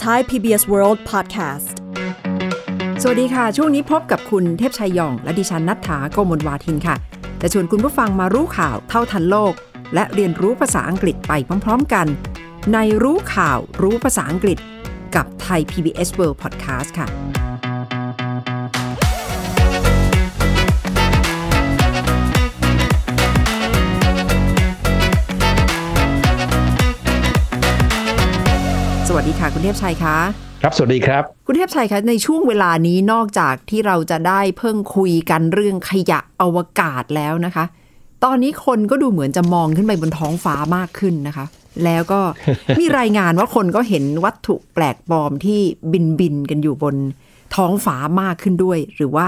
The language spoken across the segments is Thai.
Thai PBS World Podcast สวัสดีค่ะช่วงนี้พบกับคุณเทพชัยยองและดิฉันณัฐฐา โกมลวาทินค่ะจะชวนคุณผู้ฟังมารู้ข่าวเท่าทันโลกและเรียนรู้ภาษาอังกฤษไปพร้อมๆกันในรู้ข่าวรู้ภาษาอังกฤษกับ Thai PBS World Podcast ค่ะสวัสดีค่ะคุณเทพชัยคะครับสวัสดีครับคุณเทพชัยคะในช่วงเวลานี้นอกจากที่เราจะได้เพิ่งคุยกันเรื่องขยะอวกาศแล้วนะคะตอนนี้คนก็ดูเหมือนจะมองขึ้นไปบนท้องฟ้ามากขึ้นนะคะแล้วก็ มีรายงานว่าคนก็เห็นวัตถุแปลกปลอมที่บินกันอยู่บนท้องฟ้ามากขึ้นด้วยหรือว่า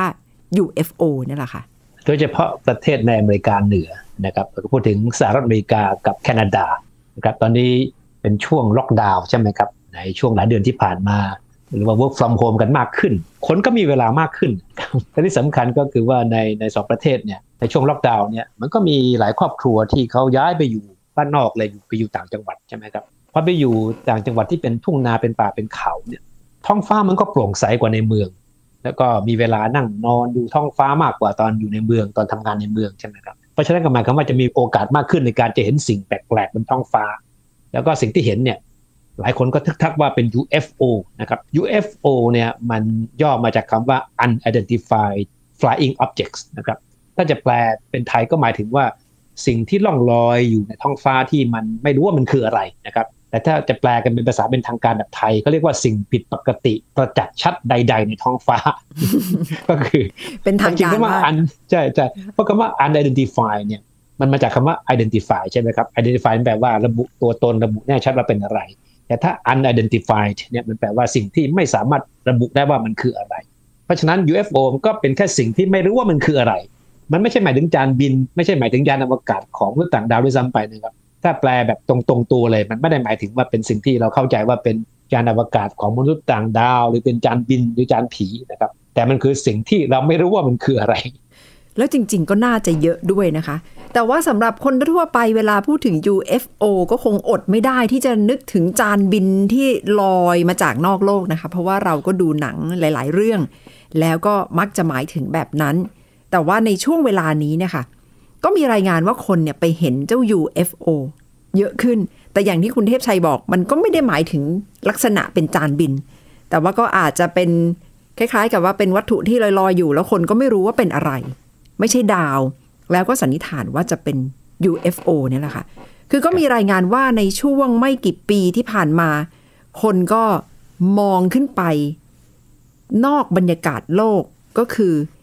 UFO นี่แหละค่ะโดยเฉพาะประเทศในอเมริกาเหนือนะครับพูดถึงสหรัฐอเมริกากับแคนาดานะครับตอนนี้เป็นช่วงล็อกดาวน์ใช่ไหมครับในช่วงหลายเดือนที่ผ่านมาหรือว่า work from home กันมากขึ้นคนก็มีเวลามากขึ้นแต่ที่สำคัญก็คือว่าในสองประเทศเนี่ยในช่วงล็อกดาวน์เนี่ยมันก็มีหลายครอบครัวที่เขาย้ายไปอยู่บ้านนอกเลยไปอยู่ต่างจังหวัดใช่ไหมครับพอไปอยู่ต่างจังหวัดที่เป็นทุ่งนาเป็นป่าเป็นเขาเนี่ยท้องฟ้ามันก็โปร่งใสกว่าในเมืองแล้วก็มีเวลานั่งนอนดูท้องฟ้ามากกว่าตอนอยู่ในเมืองตอนทำงานในเมืองใช่ไหมครับเพราะฉะนั้นก็หมายความว่าจะมีโอกาสมากขึ้นในการจะเห็นสิ่งแปลกๆบนท้องฟ้าแล้วก็สิ่งที่เห็นเนี่ยหลายคนก็ทึกทักว่าเป็น UFO นะครับ UFO เนี่ยมันย่อมาจากคำว่า Unidentified Flying Objects นะครับถ้าจะแปลเป็นไทยก็หมายถึงว่าสิ่งที่ล่องลอยอยู่ในท้องฟ้าที่มันไม่รู้ว่ามันคืออะไรนะครับแต่ถ้าจะแปลกันเป็นภาษาเป็นทางการแบบไทยก็เรียกว่าสิ่งผิดปกติประจักษ์ชัดใดๆในท้องฟ้า ก็คือเป็นทางการว่าใช่เพราะคำว่า Unidentified เนี่ยมันมาจากคำว่า Identify ใช่ไหมครับ Identify แปลว่าระบุตัวตนระบุแน่ชัดว่าเป็นอะไรแต่ถ้า unidentified เนี่ยมันแปลว่าสิ่งที่ไม่สามารถระบุได้ว่ามันคืออะไรเพราะฉะนั้น UFO มันก็เป็นแค่สิ่งที่ไม่รู้ว่ามันคืออะไรมันไม่ใช่หมายถึงจานบินไม่ใช่หมายถึงยานอวกาศของมนุษย์ต่างดาวด้วยซ้ำไปนะครับถ้าแปลแบบตรงตัวเลยมันไม่ได้หมายถึงว่าเป็นสิ่งที่เราเข้าใจว่าเป็นยานอวกาศของมนุษย์ต่างดาวหรือเป็นจานบินหรือจานผีนะครับแต่มันคือสิ่งที่เราไม่รู้ว่ามันคืออะไรแล้วจริงๆก็น่าจะเยอะด้วยนะคะแต่ว่าสำหรับคนทั่วไปเวลาพูดถึง UFO ก็คงอดไม่ได้ที่จะนึกถึงจานบินที่ลอยมาจากนอกโลกนะคะเพราะว่าเราก็ดูหนังหลายๆเรื่องแล้วก็มักจะหมายถึงแบบนั้นแต่ว่าในช่วงเวลานี้เนี่ยค่ะก็มีรายงานว่าคนเนี่ยไปเห็นเจ้า UFO เยอะขึ้นแต่อย่างที่คุณเทพชัยบอกมันก็ไม่ได้หมายถึงลักษณะเป็นจานบินแต่ว่าก็อาจจะเป็นคล้ายๆกับว่าเป็นวัตถุที่ลอยๆอยู่แล้วคนก็ไม่รู้ว่าเป็นอะไรไม่ใช่ดาวแล้วก็สันนิษฐานว่าจะเป็น UFO เนี่ยแหละค่ะคือก็มีรายงานว่าในช่วงไม่กี่ปีที่ผ่านมาคนก็มองขึ้นไปนอกบรรยากาศโลกก็คือ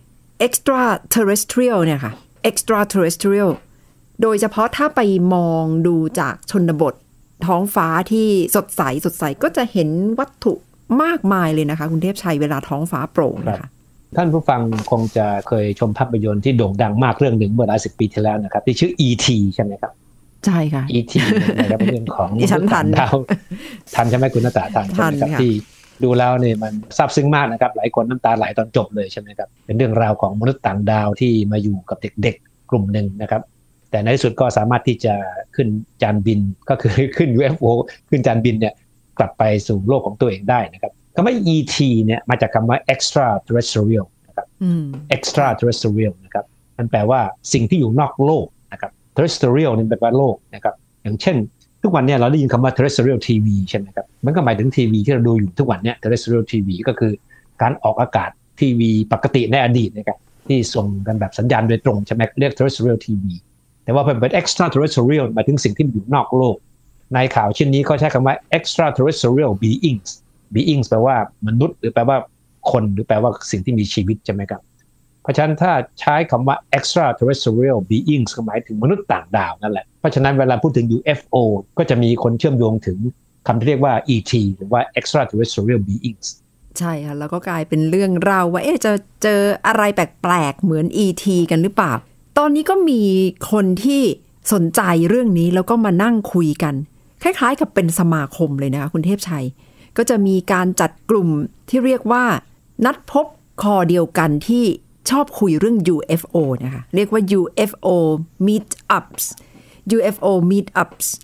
extraterrestrial เนี่ยค่ะ extraterrestrial โดยเฉพาะถ้าไปมองดูจากชนบทท้องฟ้าที่สดใสก็จะเห็นวัตถุมากมายเลยนะคะคุณเทพชัยเวลาท้องฟ้าโปร่งนะคะท่านผู้ฟังคงจะเคยชมภาพยนตร์ที่โด่งดังมากเรื่องหนึ่งเมื่อหลายสิบปีที่แล้วนะครับที่ชื่อ E.T. ใช่ไหมครับใช่ค่ะ E.T. ในภาพยนตร์ของมนุษย์ต่างดาวทันใช่ไหมคุณณัฐฐาทันใช่ไหมครับที่ดูแล้วเนี่ยมันซาบซึ้งมากนะครับหลายคนน้ำตาไหลตอนจบเลยใช่ไหมครับเป็นเรื่องราวของมนุษย์ต่างดาวที่มาอยู่กับเด็กๆกลุ่มหนึ่งนะครับแต่ในที่สุดก็สามารถที่จะขึ้นจานบินก็คือขึ้น UFO ขึ้นจานบินเนี่ยกลับไปสู่โลกของตัวเองได้นะครับคำว่า ET เนี่ยมาจากคำว่า extraterrestrial นะครับ extraterrestrial นะครับมันแปลว่าสิ่งที่อยู่นอกโลกนะครับ terrestrial นี่แปลว่าโลกนะครับอย่างเช่นทุกวันเนี่ยเราได้ยินคำว่า terrestrial TV ใช่ไหมครับมันก็หมายถึงทีวีที่เราดูอยู่ทุกวันเนี่ย terrestrial TV ก็คือการออกอากาศทีวีปกติในอดีตนะครับที่ส่งกันแบบสัญญาณโดยตรงใช่ไหมเรียก terrestrial TV แต่ว่าเป็น extraterrestrial หมายถึงสิ่งที่อยู่นอกโลกในข่าวชิ้นนี้เขาใช้คำว่า extraterrestrial beings แปลว่ามนุษย์หรือแปลว่าคนหรือแปลว่าสิ่งที่มีชีวิตใช่ไหมครับเพราะฉะนั้นถ้าใช้คำว่า extraterrestrial beings ก็หมายถึงมนุษย์ต่างดาวนั่นแหละเพราะฉะนั้นเวลาพูดถึง UFO ก็จะมีคนเชื่อมโยงถึงคำที่เรียกว่า ET หรือว่า extraterrestrial beings ใช่ค่ะแล้วก็กลายเป็นเรื่องราวว่าจะเจออะไรแปลกๆเหมือน ET กันหรือเปล่าตอนนี้ก็มีคนที่สนใจเรื่องนี้แล้วก็มานั่งคุยกันคล้ายๆกับเป็นสมาคมเลยนะคะคุณเทพชัยก็จะมีการจัดกลุ่มที่เรียกว่านัดพบคอเดียวกันที่ชอบคุยเรื่อง UFO นะคะเรียกว่า UFO Meetups UFO Meetups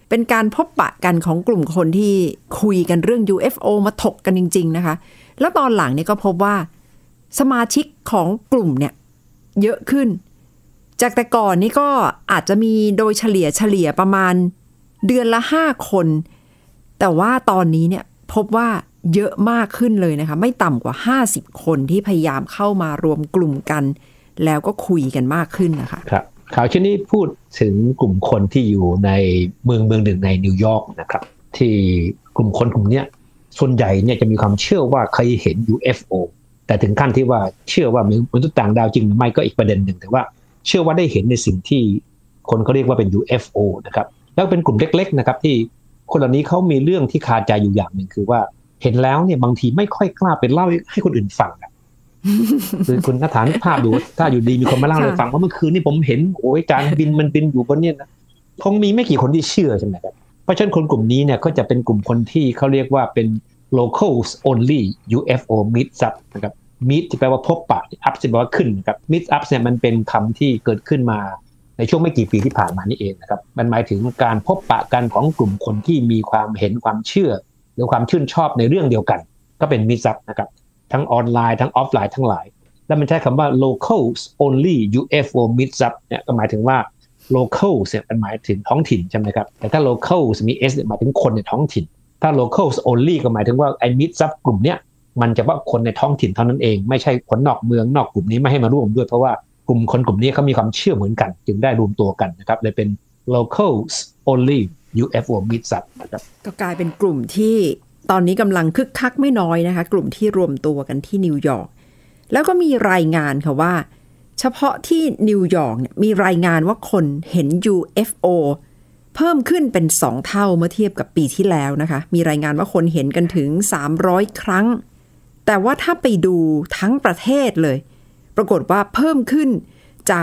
เป็นการพบปะกันของกลุ่มคนที่คุยกันเรื่อง UFO มาถกกันจริงๆนะคะแล้วตอนหลังเนี่ยก็พบว่าสมาชิกของกลุ่มเนี่ยเยอะขึ้นจากแต่ก่อนนี่ก็อาจจะมีโดยเฉลี่ยประมาณเดือนละ5 คนแต่ว่าตอนนี้เนี่ยพบว่าเยอะมากขึ้นเลยนะคะไม่ต่ำกว่า50 คนที่พยายามเข้ามารวมกลุ่มกันแล้วก็คุยกันมากขึ้นนะคะครับข่าวชิ้นนี้พูดถึงกลุ่มคนที่อยู่ในเมืองหนึ่งในนิวยอร์กนะครับที่กลุ่มคนกลุ่มนี้ส่วนใหญ่เนี่ยจะมีความเชื่อว่าเคยเห็น UFO แต่ถึงขั้นที่ว่าเชื่อว่ามนุษย์ต่างดาวจริงหรือไม่ก็อีกประเด็นหนึ่งแต่ว่าเชื่อว่าได้เห็นในสิ่งที่คนเขาเรียกว่าเป็น UFO นะครับแล้วเป็นกลุ่มเล็กๆนะครับที่คนเหล่านี้เขามีเรื่องที่คาใจอยู่อย่างหนึ่งคือว่าเห็นแล้วเนี่ยบางทีไม่ค่อยกล้าไปเล่าให้คนอื่นฟังคือคุณนัฐานึกภาพดูถ้าอยู่ดีมีคนมาเล่าให้ฟังว่าเมื่อคืนนี่ผมเห็นโอ้ยจานบินมันบินอยู่บนเนี่ยนะคงมีไม่กี่คนที่เชื่อใช่ไหมครับเพราะฉะนั้นคนกลุ่มนี้เนี่ยก็จะเป็นกลุ่มคนที่เขาเรียกว่าเป็น locals only UFO meets up นะครับ meet ที่แปลว่าพบปะ up ที่แปลว่าขึ้นนะครับ meet up เนี่ยมันเป็นคำที่เกิดขึ้นมาในช่วงไม่กี่ปีที่ผ่านมานี่เองนะครับมันหมายถึงการพบปะกันของกลุ่มคนที่มีความเห็นความเชื่อหรือความชื่นชอบในเรื่องเดียวกันก็เป็น meet up นะครับทั้งออนไลน์ทั้งออฟไลน์ทั้งหลายแล้วมันใช้คำว่า locals only UFO meets up เนี่ยก็หมายถึงว่า locals เนี่ยมันหมายถึงท้องถิ่นใช่ไหมครับแต่ถ้า locals มี s เนี่ยหมายถึงคนในท้องถิ่นถ้า locals only ก็หมายถึงว่าไอ้ meets up กลุ่มเนี้ยมันจะว่าคนในท้องถิ่นเท่านั้นเองไม่ใช่คนนอกเมืองนอกกลุ่มนี้ไม่ให้มาร่วมด้วยเพราะว่ากลุ่มคนกลุ่มนี้เขามีความเชื่อเหมือนกันจึงได้รวมตัวกันนะครับเลยเป็น locals only UFO meets up นะครับก็กลายเป็นกลุ่มที่ตอนนี้กำลังคึกคักไม่น้อยนะคะกลุ่มที่รวมตัวกันที่นิวยอร์กแล้วก็มีรายงานค่ะว่าเฉพาะที่นิวยอร์กเนี่ยมีรายงานว่าคนเห็น UFO เพิ่มขึ้นเป็น2 เท่าเมื่อเทียบกับปีที่แล้วนะคะมีรายงานว่าคนเห็นกันถึง300 ครั้งแต่ว่าถ้าไปดูทั้งประเทศเลยปรากฏว่าเพิ่มขึ้นจาก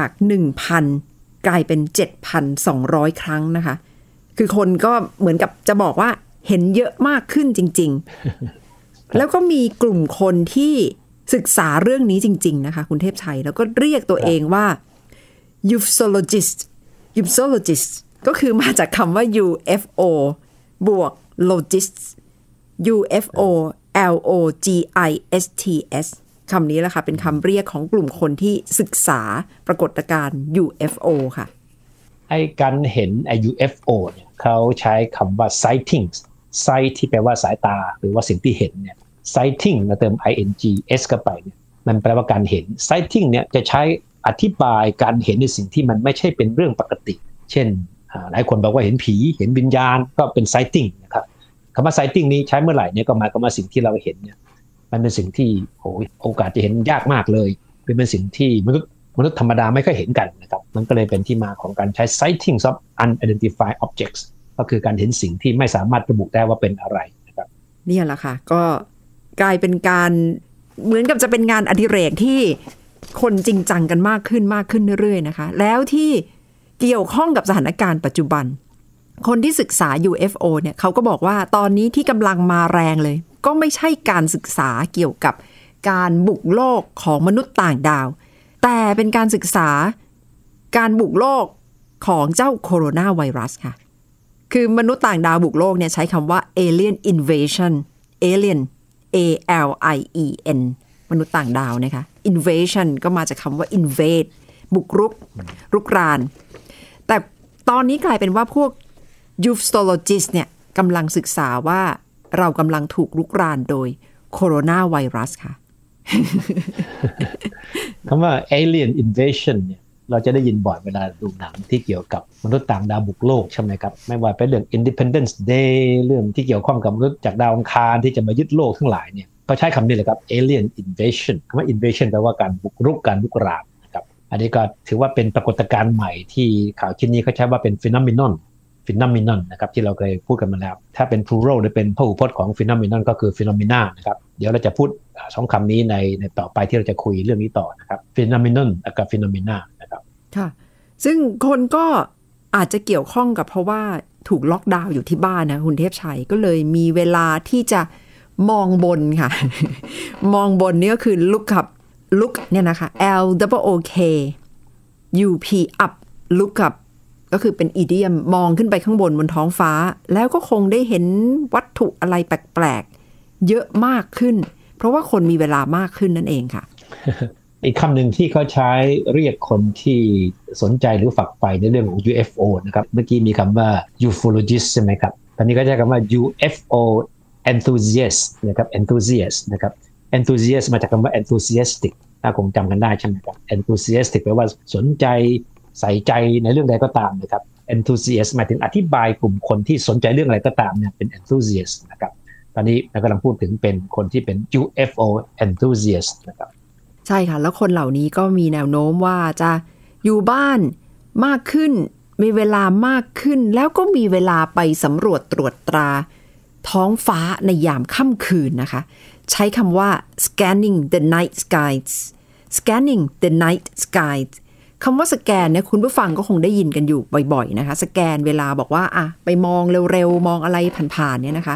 1,000 กลายเป็น 7,200 ครั้งนะคะคือคนก็เหมือนกับจะบอกว่าเห็นเยอะมากขึ้นจริงๆ แล้วก็มีกลุ่มคนที่ศึกษาเรื่องนี้จริงๆนะคะคุณเทพชัยแล้วก็เรียกตัวเองว่า ufologist ก็คือมาจากคำว่า UFO บวก logist UFO LOGISTS คำนี้แหละค่ะเป็นคำเรียกของกลุ่มคนที่ศึกษาปรากฏการณ์ UFO ค่ะไอ้การเห็นไอ้ UFO เนี่ยเขาใช้คำว่า sightings sight ที่แปลว่าสายตาหรือว่าสิ่งที่เห็นเนี่ย sighting เราเติม ing s เข้าไปเนี่ยมันแปลว่าการเห็น sighting เนี่ยจะใช้อธิบายการเห็นในสิ่งที่มันไม่ใช่เป็นเรื่องปกติเช่นหลายคนบอกว่าเห็นผีเห็นวิญญาณก็เป็น sighting นะครับคำว่า sighting นี้ใช้เมื่อไหร่เนี่ยก็หมายความว่าสิ่งที่เราเห็นเนี่ยมันเป็นสิ่งที่โอกาสจะเห็นยากมากเลยเป็นสิ่งที่มนุษย์ธรรมดาไม่ค่อยเห็นกันนะครับมันก็เลยเป็นที่มาของการใช้ sightings of unidentified objects ก็คือการเห็นสิ่งที่ไม่สามารถระบุได้ว่าเป็นอะไรนะครับนี่แหละค่ะก็กลายเป็นการเหมือนกับจะเป็นงานอดิเรกที่คนจริงจังกันมากขึ้นเรื่อยๆนะคะแล้วที่เกี่ยวข้องกับสถานการณ์ปัจจุบันคนที่ศึกษา UFO เนี่ยเขาก็บอกว่าตอนนี้ที่กำลังมาแรงเลยก็ไม่ใช่การศึกษาเกี่ยวกับการบุกโลกของมนุษย์ต่างดาวแต่เป็นการศึกษาการบุกโลกของเจ้าโคโรนาไวรัสค่ะคือมนุษย์ต่างดาวบุกโลกเนี่ยใช้คำว่า alien invasion alien ALIEN มนุษย์ต่างดาวนะคะ invasion ก็มาจากคำว่า invade บุกรุกรานแต่ตอนนี้กลายเป็นว่าพวก ufologist เนี่ยกำลังศึกษาว่าเรากำลังถูกรุกรานโดยโคโรนาไวรัสค่ะคำว่า alien invasion เนี่ยเราจะได้ยินบ่อยเวลาดูหนังที่เกี่ยวกับมนุษย์ต่างดาวบุกโลกใช่ไหมครับไม่ว่าเป็นเรื่อง Independence Day เรื่องที่เกี่ยวข้องกับมนุษย์จากดาวอังคารที่จะมายึดโลกทั้งหลายเนี่ยเขาใช้คำนี้เลยครับ alien invasion คำว่า invasion แปลว่าการบุกรุกการลุกรานนะครับอันนี้ก็ถือว่าเป็นปรากฏการณ์ใหม่ที่ข่าวชิ้นนี้เขาใช้ว่าเป็น phenomenon นะครับที่เราเคยพูดกันมาแล้วถ้าเป็น plural จะเป็นพหูพจน์ของ phenomenon ก็คือ phenomena นะครับเดี๋ยวเราจะพูด2คำนี้ในต่อไปที่เราจะคุยเรื่องนี้ต่อนะครับ phenomenon กับ phenomena นะครับค่ะซึ่งคนก็อาจจะเกี่ยวข้องกับเพราะว่าถูกล็อกดาวน์อยู่ที่บ้านนะคุณเทพชัยก็เลยมีเวลาที่จะมองบนค่ะ มองบนนี่ก็คือ look เนี่ยนะคะ LOOK UP up look up ก็คือเป็นอีเดียมมองขึ้นไปข้างบนท้องฟ้าแล้วก็คงได้เห็นวัตถุอะไรแปลกๆเยอะมากขึ้นเพราะว่าคนมีเวลามากขึ้นนั่นเองค่ะอีกคำหนึ่งที่เขาใช้เรียกคนที่สนใจหรือฝักใฝ่ในเรื่องของ UFO นะครับเมื่อกี้มีคำว่า ufologist ใช่ไหมครับตอนนี้ก็ใช้คำว่า UFO enthusiast นะครับ enthusiast นะครับ enthusiast มาจากคำว่า enthusiastic ถ้าคงจำกันได้ใช่ไหมครับ enthusiastic แปลว่าสนใจใส่ใจในเรื่องใดก็ตามนะครับ enthusiast หมายถึงอธิบายกลุ่มคนที่สนใจเรื่องอะไรก็ตามเนี่ยเป็น enthusiast นะครับตอนนี้เรากำลังพูดถึงเป็นคนที่เป็น UFO enthusiast นะครับใช่ค่ะแล้วคนเหล่านี้ก็มีแนวโน้มว่าจะอยู่บ้านมากขึ้นมีเวลามากขึ้นแล้วก็มีเวลาไปสำรวจตรวจตราท้องฟ้าในยามค่ำคืนนะคะใช้คำว่า scanning the night skies scanning the night skies คำว่าสแกนเนี่ยคุณผู้ฟังก็คงได้ยินกันอยู่บ่อยๆนะคะสแกนเวลาบอกว่าไปมองเร็วๆมองอะไรผ่านๆเนี่ยนะคะ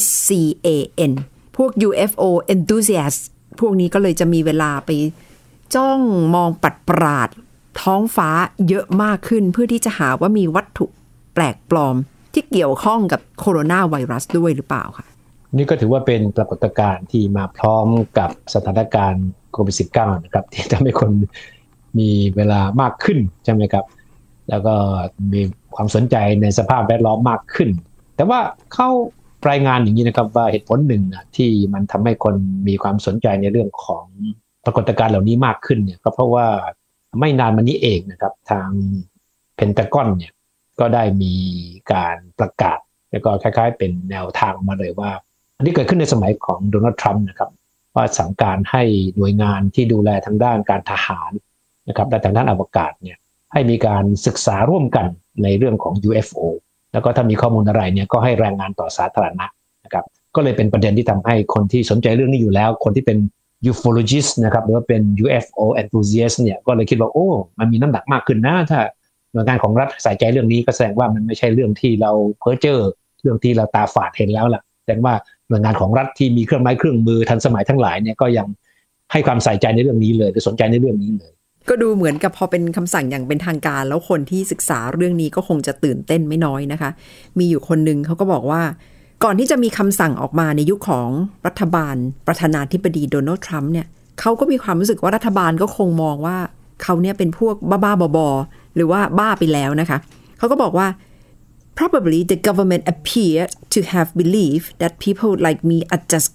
SCAN พวก UFO enthusiasts พวกนี้ก็เลยจะมีเวลาไปจ้องมองปัดปราดท้องฟ้าเยอะมากขึ้นเพื่อที่จะหาว่ามีวัตถุแปลกปลอมที่เกี่ยวข้องกับโคโรนาไวรัสด้วยหรือเปล่าคะนี่ก็ถือว่าเป็นปรากฏการณ์ที่มาพร้อมกับสถานการณ์โควิด -19 นะครับที่ทำให้คนมีเวลามากขึ้นใช่ไหมครับแล้วก็มีความสนใจในสภาพแวดล้อมมากขึ้นแต่ว่าเขารายงานอย่างนี้นะครับว่าเหตุผลหนึ่งนะที่มันทำให้คนมีความสนใจในเรื่องของปรากฏการณ์เหล่านี้มากขึ้นเนี่ยก็เพราะว่าไม่นานมานี้เองนะครับทางเพนทากอนเนี่ยก็ได้มีการประกาศแล้วก็คล้ายๆเป็นแนวทางมาเลยว่าอันนี้เกิดขึ้นในสมัยของโดนัลด์ทรัมป์นะครับว่าสั่งการให้หน่วยงานที่ดูแลทางด้านการทหารนะครับและทางด้านอวกาศเนี่ยให้มีการศึกษาร่วมกันในเรื่องของ UFO แล้วก็ถ้ามีข้อมูลอะไรเนี่ยก็ให้รายงานต่อสาธารณะนะครับก็เลยเป็นประเด็นที่ทำให้คนที่สนใจเรื่องนี้อยู่แล้วคนที่เป็น ufologist นะครับหรือว่าเป็น UFO enthusiast เนี่ยก็เลยคิดว่าโอ้มันมีน้ำหนักมากขึ้นนะถ้าหน่วยงานของรัฐใส่ใจเรื่องนี้ก็แสดงว่ามันไม่ใช่เรื่องที่เราเพ้อเจ้อเรื่องที่เราตาฝาดเห็นแล้วล่ะแสดงว่าหน่วยงานของรัฐที่มีเครื่องไม้เครื่องมือทันสมัยทั้งหลายเนี่ยก็ยังให้ความใส่ใจในเรื่องนี้เลยหรือสนใจในเรื่องนี้เลยก็ดูเหมือนกับพอเป็นคำสั่งอย่างเป็นทางการแล้วคนที่ศึกษาเรื่องนี้ก็คงจะตื่นเต้นไม่น้อยนะคะมีอยู่คนนึงเขาก็บอกว่าก่อนที่จะมีคำสั่งออกมาในยุคของรัฐบาลประธานาธิบดีโดนัลด์ทรัมป์เนี่ยเขาก็มีความรู้สึกว่ารัฐบาลก็คงมองว่าเขาเนี่ยเป็นพวกบ้าๆบอๆหรือว่าบ้าไปแล้วนะคะเขาก็บอกว่า probably the government appeared to have believed that people like me are just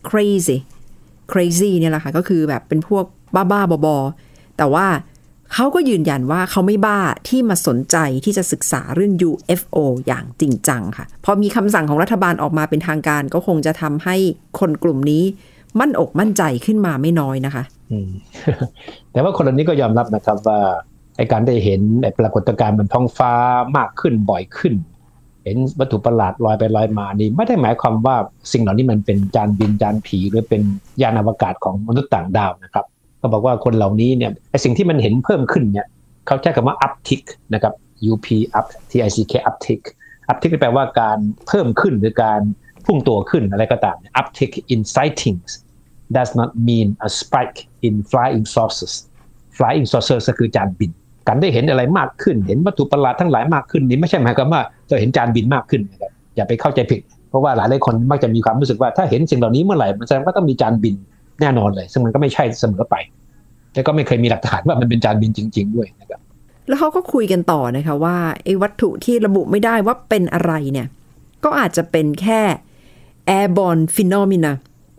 crazy เนี่ยแหละค่ะก็คือแบบเป็นพวกบ้าๆบอๆแต่ว่าเขาก็ยืนยันว่าเขาไม่บ้าที่มาสนใจที่จะศึกษาเรื่อง UFO อย่างจริงจังค่ะพอมีคำสั่งของรัฐบาลออกมาเป็นทางการก็คงจะทำให้คนกลุ่มนี้มั่นอกมั่นใจขึ้นมาไม่น้อยนะคะแต่ว่าคนเหล่านี้ก็ยอมรับนะครับว่าการได้เห็นปรากฏการณ์บนท้องฟ้ามากขึ้นบ่อยขึ้นเห็นวัตถุประหลาดลอยไปลอยมานี่ไม่ได้หมายความว่าสิ่งเหล่านี้มันเป็นจานบินจานผีหรือเป็นยานอวกาศของมนุษย์ต่างดาวนะครับเขาบอกว่าคนเหล่านี้เนี่ยสิ่งที่มันเห็นเพิ่มขึ้นเนี่ยเขาใช้คำว่า uptick นะครับ up tick uptick แปลว่าการเพิ่มขึ้นหรือการพุ่งตัวขึ้นอะไรก็ตาม uptick in sightings does not mean a spike in flying saucers ก็คือจานบินการได้เห็นอะไรมากขึ้นเห็นวัตถุประหลาดทั้งหลายมากขึ้นนี่ไม่ใช่หมายความว่าจะเห็นจานบินมากขึ้นนะครับอย่าไปเข้าใจผิดเพราะว่าหลายคนมักจะมีความรู้สึกว่าถ้าเห็นสิ่งเหล่านี้เมื่อไหร่มันแสดงว่าต้องมีจานบินแน่นอนเลยซึ่งมันก็ไม่ใช่เสมอไปและก็ไม่เคยมีหลักฐานว่ามันเป็นจานบินจริงๆด้วยนะครับแล้วเขาก็คุยกันต่อนะคะว่าไอ้วัตถุที่ระบุไม่ได้ว่าเป็นอะไรเนี่ยก็อาจจะเป็นแค่ airborne phenomena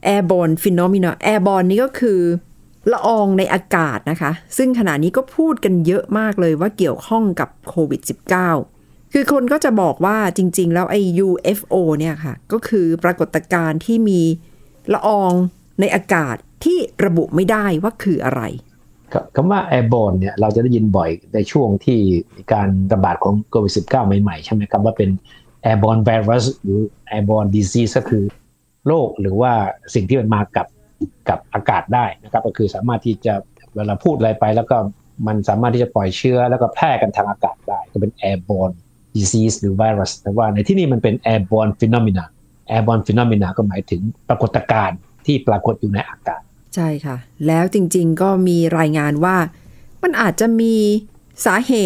airborne นี่ก็คือละอองในอากาศนะคะซึ่งขณะนี้ก็พูดกันเยอะมากเลยว่าเกี่ยวข้องกับโควิด -19 คือคนก็จะบอกว่าจริงๆแล้วไอ้ UFO เนี่ยค่ะก็คือปรากฏการณ์ที่มีละอองในอากาศที่ระบุไม่ได้ว่าคืออะไรคำว่า airborne เนี่ยเราจะได้ยินบ่อยในช่วงที่การระบาดของโควิด -19 ใหม่ๆใช่ไหมครับว่าเป็น airborne virus หรือ airborne disease ก็คือโรคหรือว่าสิ่งที่มันมากับอากาศได้นะครับก็คือสามารถที่จะเวลาพูดอะไรไปแล้วก็มันสามารถที่จะปล่อยเชื้อแล้วก็แพร่กันทางอากาศได้ก็เป็น airborne disease หรือ virus แต่ว่าในที่นี้มันเป็น airborne phenomena ก็หมายถึงปรากฏการณ์ที่ปรากฏอยู่ในอากาศใช่ค่ะแล้วจริงๆก็มีรายงานว่ามันอาจจะมีสาเหตุ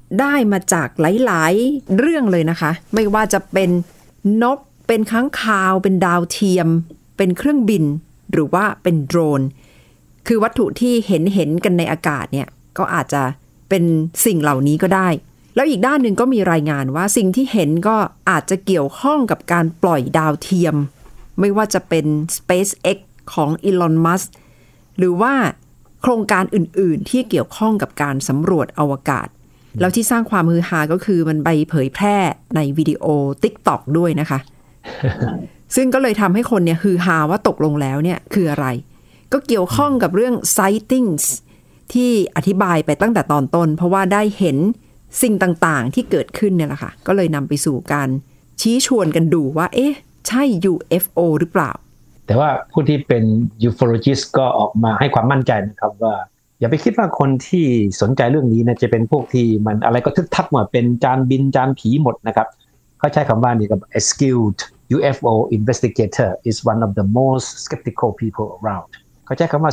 ได้มาจากหลายๆเรื่องเลยนะคะไม่ว่าจะเป็นนกเป็นค้างคาวเป็นดาวเทียมเป็นเครื่องบินหรือว่าเป็นโดรนคือวัตถุที่เห็นกันในอากาศเนี่ยก็อาจจะเป็นสิ่งเหล่านี้ก็ได้แล้วอีกด้านหนึ่งก็มีรายงานว่าสิ่งที่เห็นก็อาจจะเกี่ยวข้องกับการปล่อยดาวเทียมไม่ว่าจะเป็น SpaceX ของ Elon Musk หรือว่าโครงการอื่นๆที่เกี่ยวข้องกับการสำรวจอวกาศแล้วที่สร้างความฮือฮาก็คือมันไปเผยแพร่ในวิดีโอ TikTok ด้วยนะคะ ซึ่งก็เลยทำให้คนเนี่ยฮือฮาว่าตกลงแล้วเนี่ยคืออะไรก็เกี่ยวข้องกับเรื่อง sightings ที่อธิบายไปตั้งแต่ตอนต้นเพราะว่าได้เห็นสิ่งต่างๆที่เกิดขึ้นเนี่ยแหละค่ะก็เลยนำไปสู่การชี้ชวนกันดูว่าเอ๊ะใช่ UFO หรือเปล่าแต่ว่าผู้ที่เป็น ufologist ก็ออกมาให้ความมั่นใจนะครับว่าอย่าไปคิดว่าคนที่สนใจเรื่องนี้นะจะเป็นพวกที่มันอะไรก็ทึกทักหมดเป็นจานบินจานผีหมดนะครับเขาใช้คำว่านี่กับ a skilled UFO investigator is one of the most skeptical people around เขาใช้คำว่า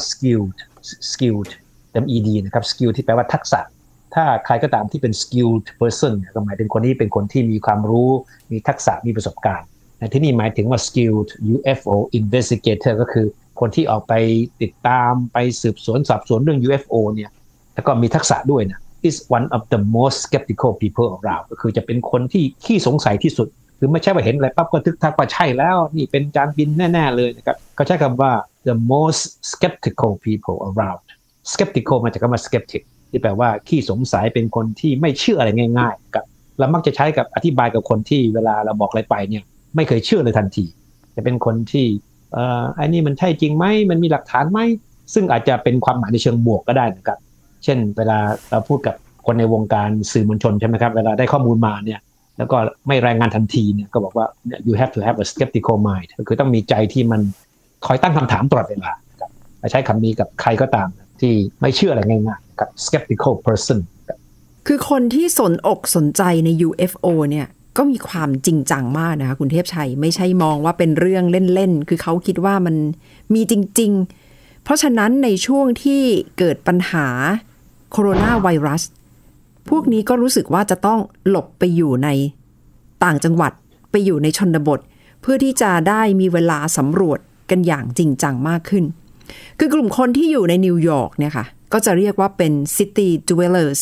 skilled MED นะครับ skill ที่แปลว่าทักษะถ้าใครก็ตามที่เป็น skilled person ก็หมายถึงคนนี้เป็นคนที่มีความรู้มีทักษะมีประสบการณ์แต่ที่นี่หมายถึงว่า skilled UFO investigator ก็คือคนที่ออกไปติดตามไปสืบสวนสอบสวนเรื่อง UFO เนี่ยแล้วก็มีทักษะด้วยนะ is one of the most skeptical people around ก็คือจะเป็นคนที่ขี้สงสัยที่สุดคือไม่ใช่ว่าเห็นอะไรปั๊บก็ทึกทักว่าใช่แล้วนี่เป็นจานบินแน่ๆเลยนะครับเขาใช้คำว่า the most skeptical people around skeptical มาจากคำว่า skeptic ที่แปลว่าขี้สงสัยเป็นคนที่ไม่เชื่ออะไรง่ายๆครับเรามักจะใช้กับอธิบายกับคนที่เวลาเราบอกอะไรไปเนี่ยไม่เคยเชื่อเลยทันทีจะเป็นคนที่ไอ้นี่มันใช่จริงไหมมันมีหลักฐานไหมซึ่งอาจจะเป็นความหมายในเชิงบวกก็ได้นะครับเช่นเวลาเราพูดกับคนในวงการสื่อมวลชนใช่ไหมครับเวลาได้ข้อมูลมาเนี่ยแล้วก็ไม่รายงานทันทีเนี่ยก็บอกว่า you have to have a skeptical mind ก็คือต้องมีใจที่มันคอยตั้งคำถามตลอดเวลาครับใช้คำนี้กับใครก็ตามที่ไม่เชื่ออะไรง่ายๆกับ skeptical person คือคนที่สนอกสนใจใน UFO เนี่ยก็มีความจริงจังมากนะคะคุณเทพชัยไม่ใช่มองว่าเป็นเรื่องเล่นๆคือเขาคิดว่ามันมีจริงๆเพราะฉะนั้นในช่วงที่เกิดปัญหาโคโรนาไวรัสพวกนี้ก็รู้สึกว่าจะต้องหลบไปอยู่ในต่างจังหวัดไปอยู่ในชนบทเพื่อที่จะได้มีเวลาสำรวจกันอย่างจริงจังมากขึ้นคือกลุ่มคนที่อยู่ในนิวยอร์กเนี่ยค่ะก็จะเรียกว่าเป็น city dwellers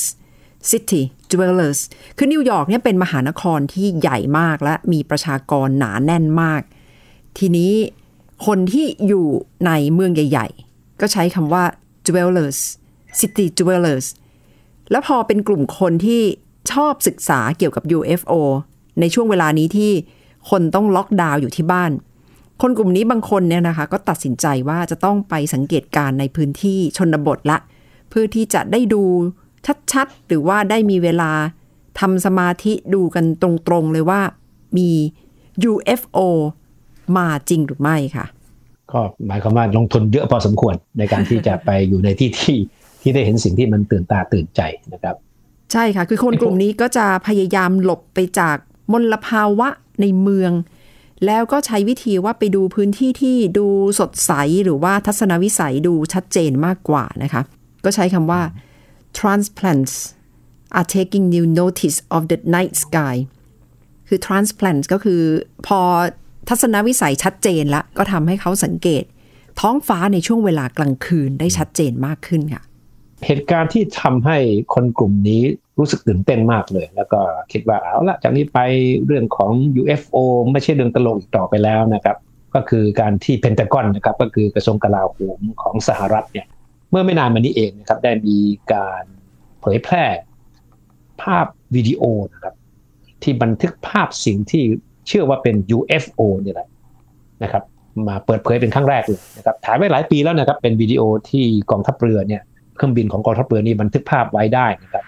คือนิวยอร์กเนี่ยเป็นมหานครที่ใหญ่มากและมีประชากรหนาแน่นมากทีนี้คนที่อยู่ในเมืองใหญ่ๆก็ใช้คำว่า city dwellers แล้วพอเป็นกลุ่มคนที่ชอบศึกษาเกี่ยวกับ UFO ในช่วงเวลานี้ที่คนต้องล็อกดาวน์อยู่ที่บ้านคนกลุ่มนี้บางคนเนี่ยนะคะก็ตัดสินใจว่าจะต้องไปสังเกตการณ์ในพื้นที่ชนบทละเพื่อที่จะได้ดูชัดๆหรือว่าได้มีเวลาทำสมาธิดูกันตรงๆเลยว่ามี UFO มาจริงหรือไม่ค่ะก็หมายความว่าลงทุนเยอะพอสมควรในการที่จะไปอยู่ในที่ได้เห็นสิ่งที่มันตื่นตาตื่นใจนะครับใช่ค่ะคือคนกลุ่มนี้ก็จะพยายามหลบไปจากมลภาวะในเมืองแล้วก็ใช้วิธีว่าไปดูพื้นที่ที่ดูสดใสหรือว่าทัศนวิสัยดูชัดเจนมากกว่านะคะก็ใช้คำว่าtransplants are taking new notice of the night sky คือ transplants ก็คือพอทัศนวิสัยชัดเจนละก็ทำให้เขาสังเกตท้องฟ้าในช่วงเวลากลางคืนได้ชัดเจนมากขึ้นค่ะเหตุการณ์ที่ทำให้คนกลุ่มนี้รู้สึกตื่นเต้นมากเลยแล้วก็คิดว่าเอาละจากนี้ไปเรื่องของ UFO ไม่ใช่เรื่องตลกอีกต่อไปแล้วนะครับก็คือการที่เพนทากอนนะครับก็คือกระทรวงกลาโหมของสหรัฐเนี่ยเมื่อไม่นานมานี้เองนะครับได้มีการเผยแพร่ภาพวิดีโอนะครับที่บันทึกภาพสิ่งที่เชื่อว่าเป็น UFO นี่แหละนะครับมาเปิดเผยเป็นครั้งแรกเลยนะครับถ่ายไว้หลายปีแล้วนะครับเป็นวิดีโอที่กองทัพเรือเนี่ยเครื่องบินของกองทัพเรือนี่บันทึกภาพไว้ได้นะครับ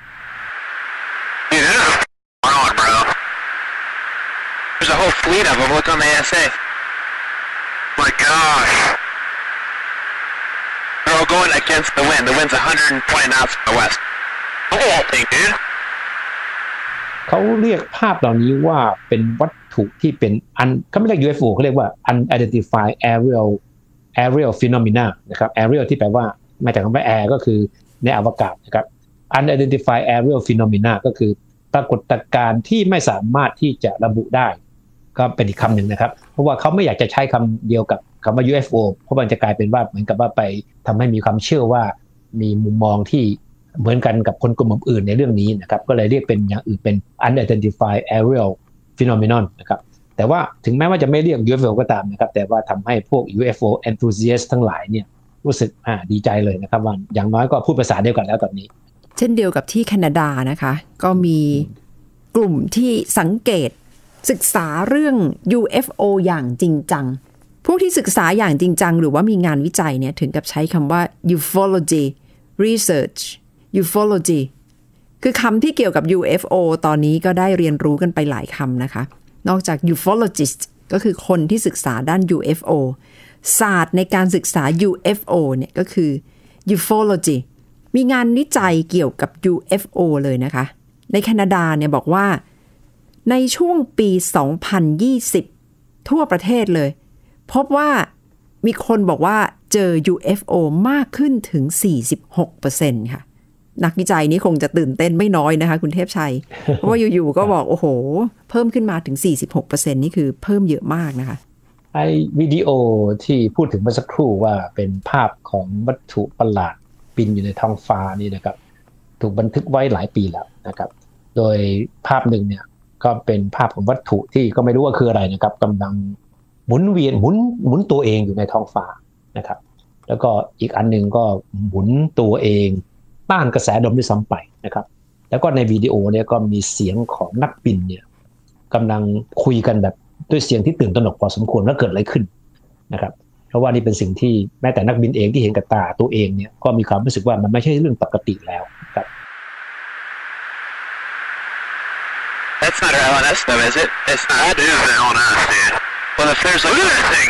There's a whole fleet of them. Look on the ASA. My gosh. They're all going against the wind. The wind's 120 knots from the west. Look at that thing, dude. เขาเรียกภาพเหล่านี้ว่าเป็นวัตถุที่เป็นเขาไม่เรียก UFO เขาเรียกว่า unidentified aerial phenomena นะครับ aerial ที่แปลว่ามาจากคำว่า air ก็คือในอวกาศนะครับ unidentified aerial phenomena ก็คือปรากฏการณ์ที่ไม่สามารถที่จะระบุได้ก็เป็นอีกคำหนึ่งนะครับเพราะว่าเขาไม่อยากจะใช้คำเดียวกับคำว่า UFO เพราะมันจะกลายเป็นว่าเหมือนกับว่าไปทำให้มีความเชื่อว่ามีมุมมองที่เหมือนกันกับคนกลุ่มอื่นในเรื่องนี้นะครับก็เลยเรียกเป็นอย่างอื่นเป็น unidentified aerial phenomenon นะครับแต่ว่าถึงแม้ว่าจะไม่เรียก UFO ก็ตามนะครับแต่ว่าทำให้พวก UFO enthusiast ทั้งหลายเนี่ยรู้สึกดีใจเลยนะครับว่าอย่างน้อยก็พูดภาษาเดียวกันแล้วตอนนี้เช่นเดียวกับที่แคนาดานะคะก็มีกลุ่มที่สังเกตศึกษาเรื่อง UFO อย่างจริงจังพวกที่ศึกษาอย่างจริงจังหรือว่ามีงานวิจัยเนี่ยถึงกับใช้คำว่า ufology research ufology คือคำที่เกี่ยวกับ UFO ตอนนี้ก็ได้เรียนรู้กันไปหลายคำนะคะนอกจาก ufologist ก็คือคนที่ศึกษาด้าน UFO ศาสตร์ในการศึกษา UFO เนี่ยก็คือ ufology มีงานวิจัยเกี่ยวกับ UFO เลยนะคะในแคนาดาเนี่ยบอกว่าในช่วงปี 2020 ทั่วประเทศเลยพบว่ามีคนบอกว่าเจอ UFO มากขึ้นถึง 46% ค่ะนักวิจัยนี้คงจะตื่นเต้นไม่น้อยนะคะคุณเทพชัย เพราะว่าอยู่ๆก็บอกโอ้โหเพิ่มขึ้นมาถึง 46% นี่คือเพิ่มเยอะมากนะคะไอ้วิดีโอที่พูดถึงเมื่อสักครู่ว่าเป็นภาพของวัตถุประหลาดบินอยู่ในท้องฟ้านี่นะครับถูกบันทึกไว้หลายปีแล้วนะครับโดยภาพหนึ่งเนี่ยก็เป็นภาพของวัตถุที่ก็ไม่รู้ว่าคืออะไรนะครับกำลังหมุนเวียนหมุนตัวเองอยู่ในท้องฟ้านะครับแล้วก็อีกอันนึงก็หมุนตัวเองต้านกระแสลมด้วยซ้ำไปนะครับแล้วก็ในวิดีโอเนี่ยก็มีเสียงของนักบินเนี่ยกำลังคุยกันแบบด้วยเสียงที่ตื่นตระหนกพอสมควรว่าเกิดอะไรขึ้นนะครับเพราะว่านี่เป็นสิ่งที่แม้แต่นักบินเองที่เห็นกับตาตัวเองเนี่ยก็มีความรู้สึกว่ามันไม่ใช่เรื่องปกติแล้วครับ That's not LNS though, is it? It's not. That is LNS, dude. Well, if there's look at that thing.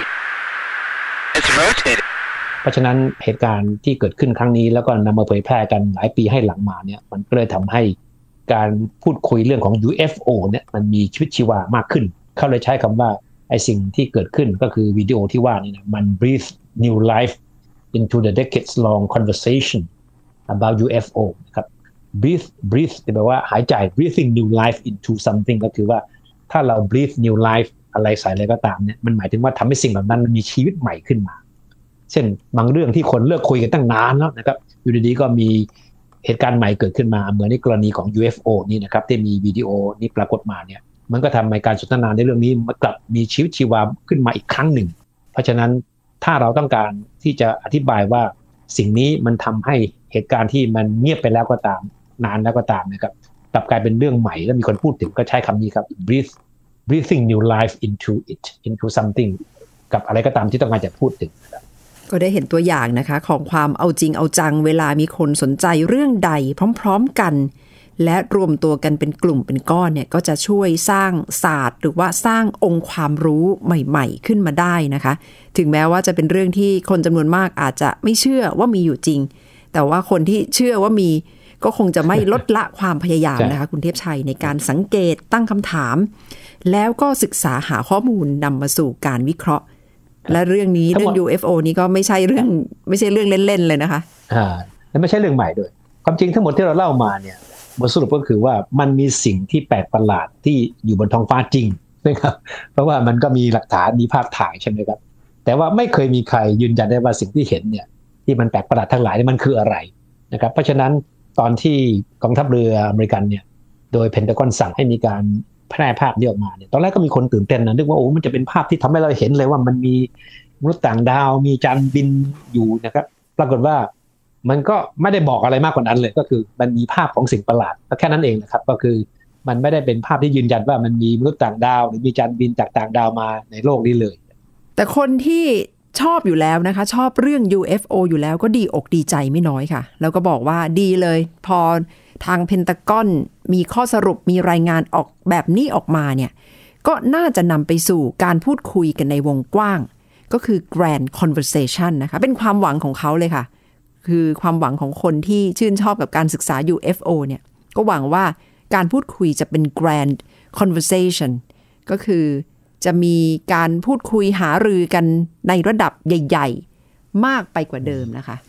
It's rotating. เพราะฉะนั้นเหตุการณ์ที่เกิดขึ้นครั้งนี้แล้วก็นำมาเผยแพร่กันหลายปีให้หลังมาเนี่ยมันก็เลยทำให้การพูดคุยเรื่องของ UFO เนี่ยมันมีชีวิตชีวามากขึ้นเขาเลยใช้คำว่าไอ้สิ่งที่เกิดขึ้นก็คือวิดีโอที่ว่านี่นะมัน breathe new life into the decades long conversation about UFO นะครับ breathe แปลว่าหายใจ breathing new life into something ก็คือว่าถ้าเรา breathe new life อะไรใส่อะไรก็ตามเนี่ยมันหมายถึงว่าทำให้สิ่งเหล่านั้นมันมีชีวิตใหม่ขึ้นมาเช่นบางเรื่องที่คนเลิกคุยกันตั้งนานแล้วนะครับอยู่ดีๆก็มีเหตุการณ์ใหม่เกิดขึ้นมาเหมือนในกรณีของ UFO นี่นะครับที่มีวิดีโอนี้ปรากฏมาเนี่ยมันก็ทำให้การสนทนาในเรื่องนี้มันกลับมีชีวิตชีวาขึ้นมาอีกครั้งหนึ่งเพราะฉะนั้นถ้าเราต้องการที่จะอธิบายว่าสิ่งนี้มันทำให้เหตุการณ์ที่มันเงียบไปแล้วก็ตามนานแล้วก็ตามนะครับกลับกลายเป็นเรื่องใหม่แล้วมีคนพูดถึงก็ใช้คำนี้ครับ breathing new life into something กับอะไรก็ตามที่ต้องการจะพูดถึงก็ได้เห็นตัวอย่างนะคะของความเอาจริงเอาจังเวลามีคนสนใจเรื่องใดพร้อมๆกันและรวมตัวกันเป็นกลุ่มเป็นก้อนเนี่ยก็จะช่วยสร้างศาสตร์หรือว่าสร้างองค์ความรู้ใหม่ๆขึ้นมาได้นะคะถึงแม้ว่าจะเป็นเรื่องที่คนจำนวนมากอาจจะไม่เชื่อว่ามีอยู่จริงแต่ว่าคนที่เชื่อว่ามีก็คงจะไม่ลดละความพยายามนะคะคุณเทพชัยในการสังเกตตั้งคำถามแล้วก็ศึกษาหาข้อมูลนำมาสู่การวิเคราะห์และเรื่องนี้เรื่อง UFO นี้ก็ไม่ใช่เรื่องเล่นๆเลยนะคะและไม่ใช่เรื่องใหม่ด้วยความจริงทั้งหมดที่เราเล่ามาเนี่ยบทสรุปก็คือว่ามันมีสิ่งที่แปลกประหลาดที่อยู่บนท้องฟ้าจริงนะครับเพราะว่ามันก็มีหลักฐานมีภาพถ่ายใช่ไหมครับแต่ว่าไม่เคยมีใครยืนยันได้ว่าสิ่งที่เห็นเนี่ยที่มันแปลกประหลาดทั้งหลายนี่มันคืออะไรนะครับเพราะฉะนั้นตอนที่กองทัพเรืออเมริกันเนี่ยโดยเพนทากอนสั่งให้มีการแพร่ภาพนี้ออกมาเนี่ยตอนแรกก็มีคนตื่นเต้นนะนึกว่าโอ้มันจะเป็นภาพที่ทำให้เราเห็นเลยว่ามันมีมนุษย์ต่างดาวมีจานบินอยู่นะครับปรากฏว่ามันก็ไม่ได้บอกอะไรมากกว่านั้นเลยก็คือมันมีภาพของสิ่งประหลาดแค่นั้นเองนะครับก็คือมันไม่ได้เป็นภาพที่ยืนยันว่ามันมีมนุษย์ต่างดาวหรือมีจานบินจากต่างดาวมาในโลกนี้เลยแต่คนที่ชอบอยู่แล้วนะคะชอบเรื่อง UFO อยู่แล้วก็ดีอกดีใจไม่น้อยค่ะแล้วก็บอกว่าดีเลยพอทางเพนทากอนมีข้อสรุปมีรายงานออกแบบนี้ออกมาเนี่ยก็น่าจะนำไปสู่การพูดคุยกันในวงกว้างก็คือ grand conversation นะคะเป็นความหวังของเขาเลยค่ะคือความหวังของคนที่ชื่นชอบกับการศึกษา UFO เนี่ยก็หวังว่าการพูดคุยจะเป็น grand conversation ก็คือจะมีการพูดคุยหารือกันในระดับใหญ่ๆมากไปกว่าเดิมนะคะ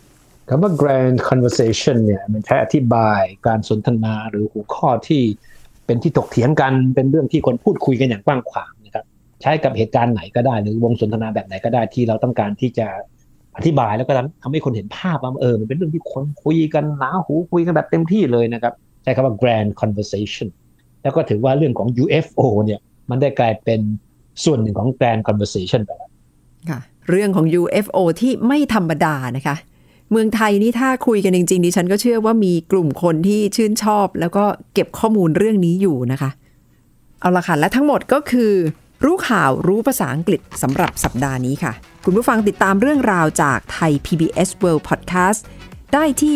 คำว่า grand conversation เนี่ยมันใช้อธิบายการสนทนาหรือหัวข้อที่เป็นที่ถกเถียงกันเป็นเรื่องที่คนพูดคุยกันอย่างกว้างขวางนะครับใช้กับเหตุการณ์ไหนก็ได้หรือวงสนทนาแบบไหนก็ได้ที่เราต้องการที่จะอธิบายแล้วก็ทำให้คนเห็นภาพว่ามันเป็นเรื่องที่คนคุยกันหนาหูคุยกันแบบเต็มที่เลยนะครับใช้คำว่า grand conversation แล้วก็ถือว่าเรื่องของ UFO เนี่ยมันได้กลายเป็นส่วนหนึ่งของ grand conversation ไปแล้วค่ะเรื่องของ UFO ที่ไม่ธรรมดานะคะเมืองไทยนี่ถ้าคุยกันจริงๆดิฉันก็เชื่อว่ามีกลุ่มคนที่ชื่นชอบแล้วก็เก็บข้อมูลเรื่องนี้อยู่นะคะเอาละค่ะและทั้งหมดก็คือรู้ข่าวรู้ภาษาอังกฤษสำหรับสัปดาห์นี้ค่ะคุณผู้ฟังติดตามเรื่องราวจากไทย PBS World Podcast ได้ที่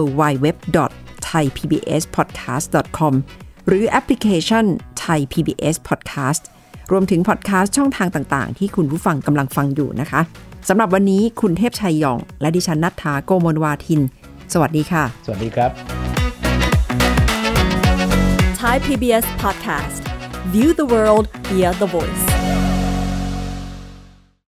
www.thaipbspodcast.com หรือแอปพลิเคชัน Thai PBS Podcast รวมถึงพอดแคสต์ช่องทางต่างๆที่คุณผู้ฟังกำลังฟังอยู่นะคะสำหรับวันนี้คุณเทพชัยหย่องและดิฉันณัฐฐา โกมลวาทินสวัสดีค่ะสวัสดีครับ Thai PBS Podcast View the world via the voice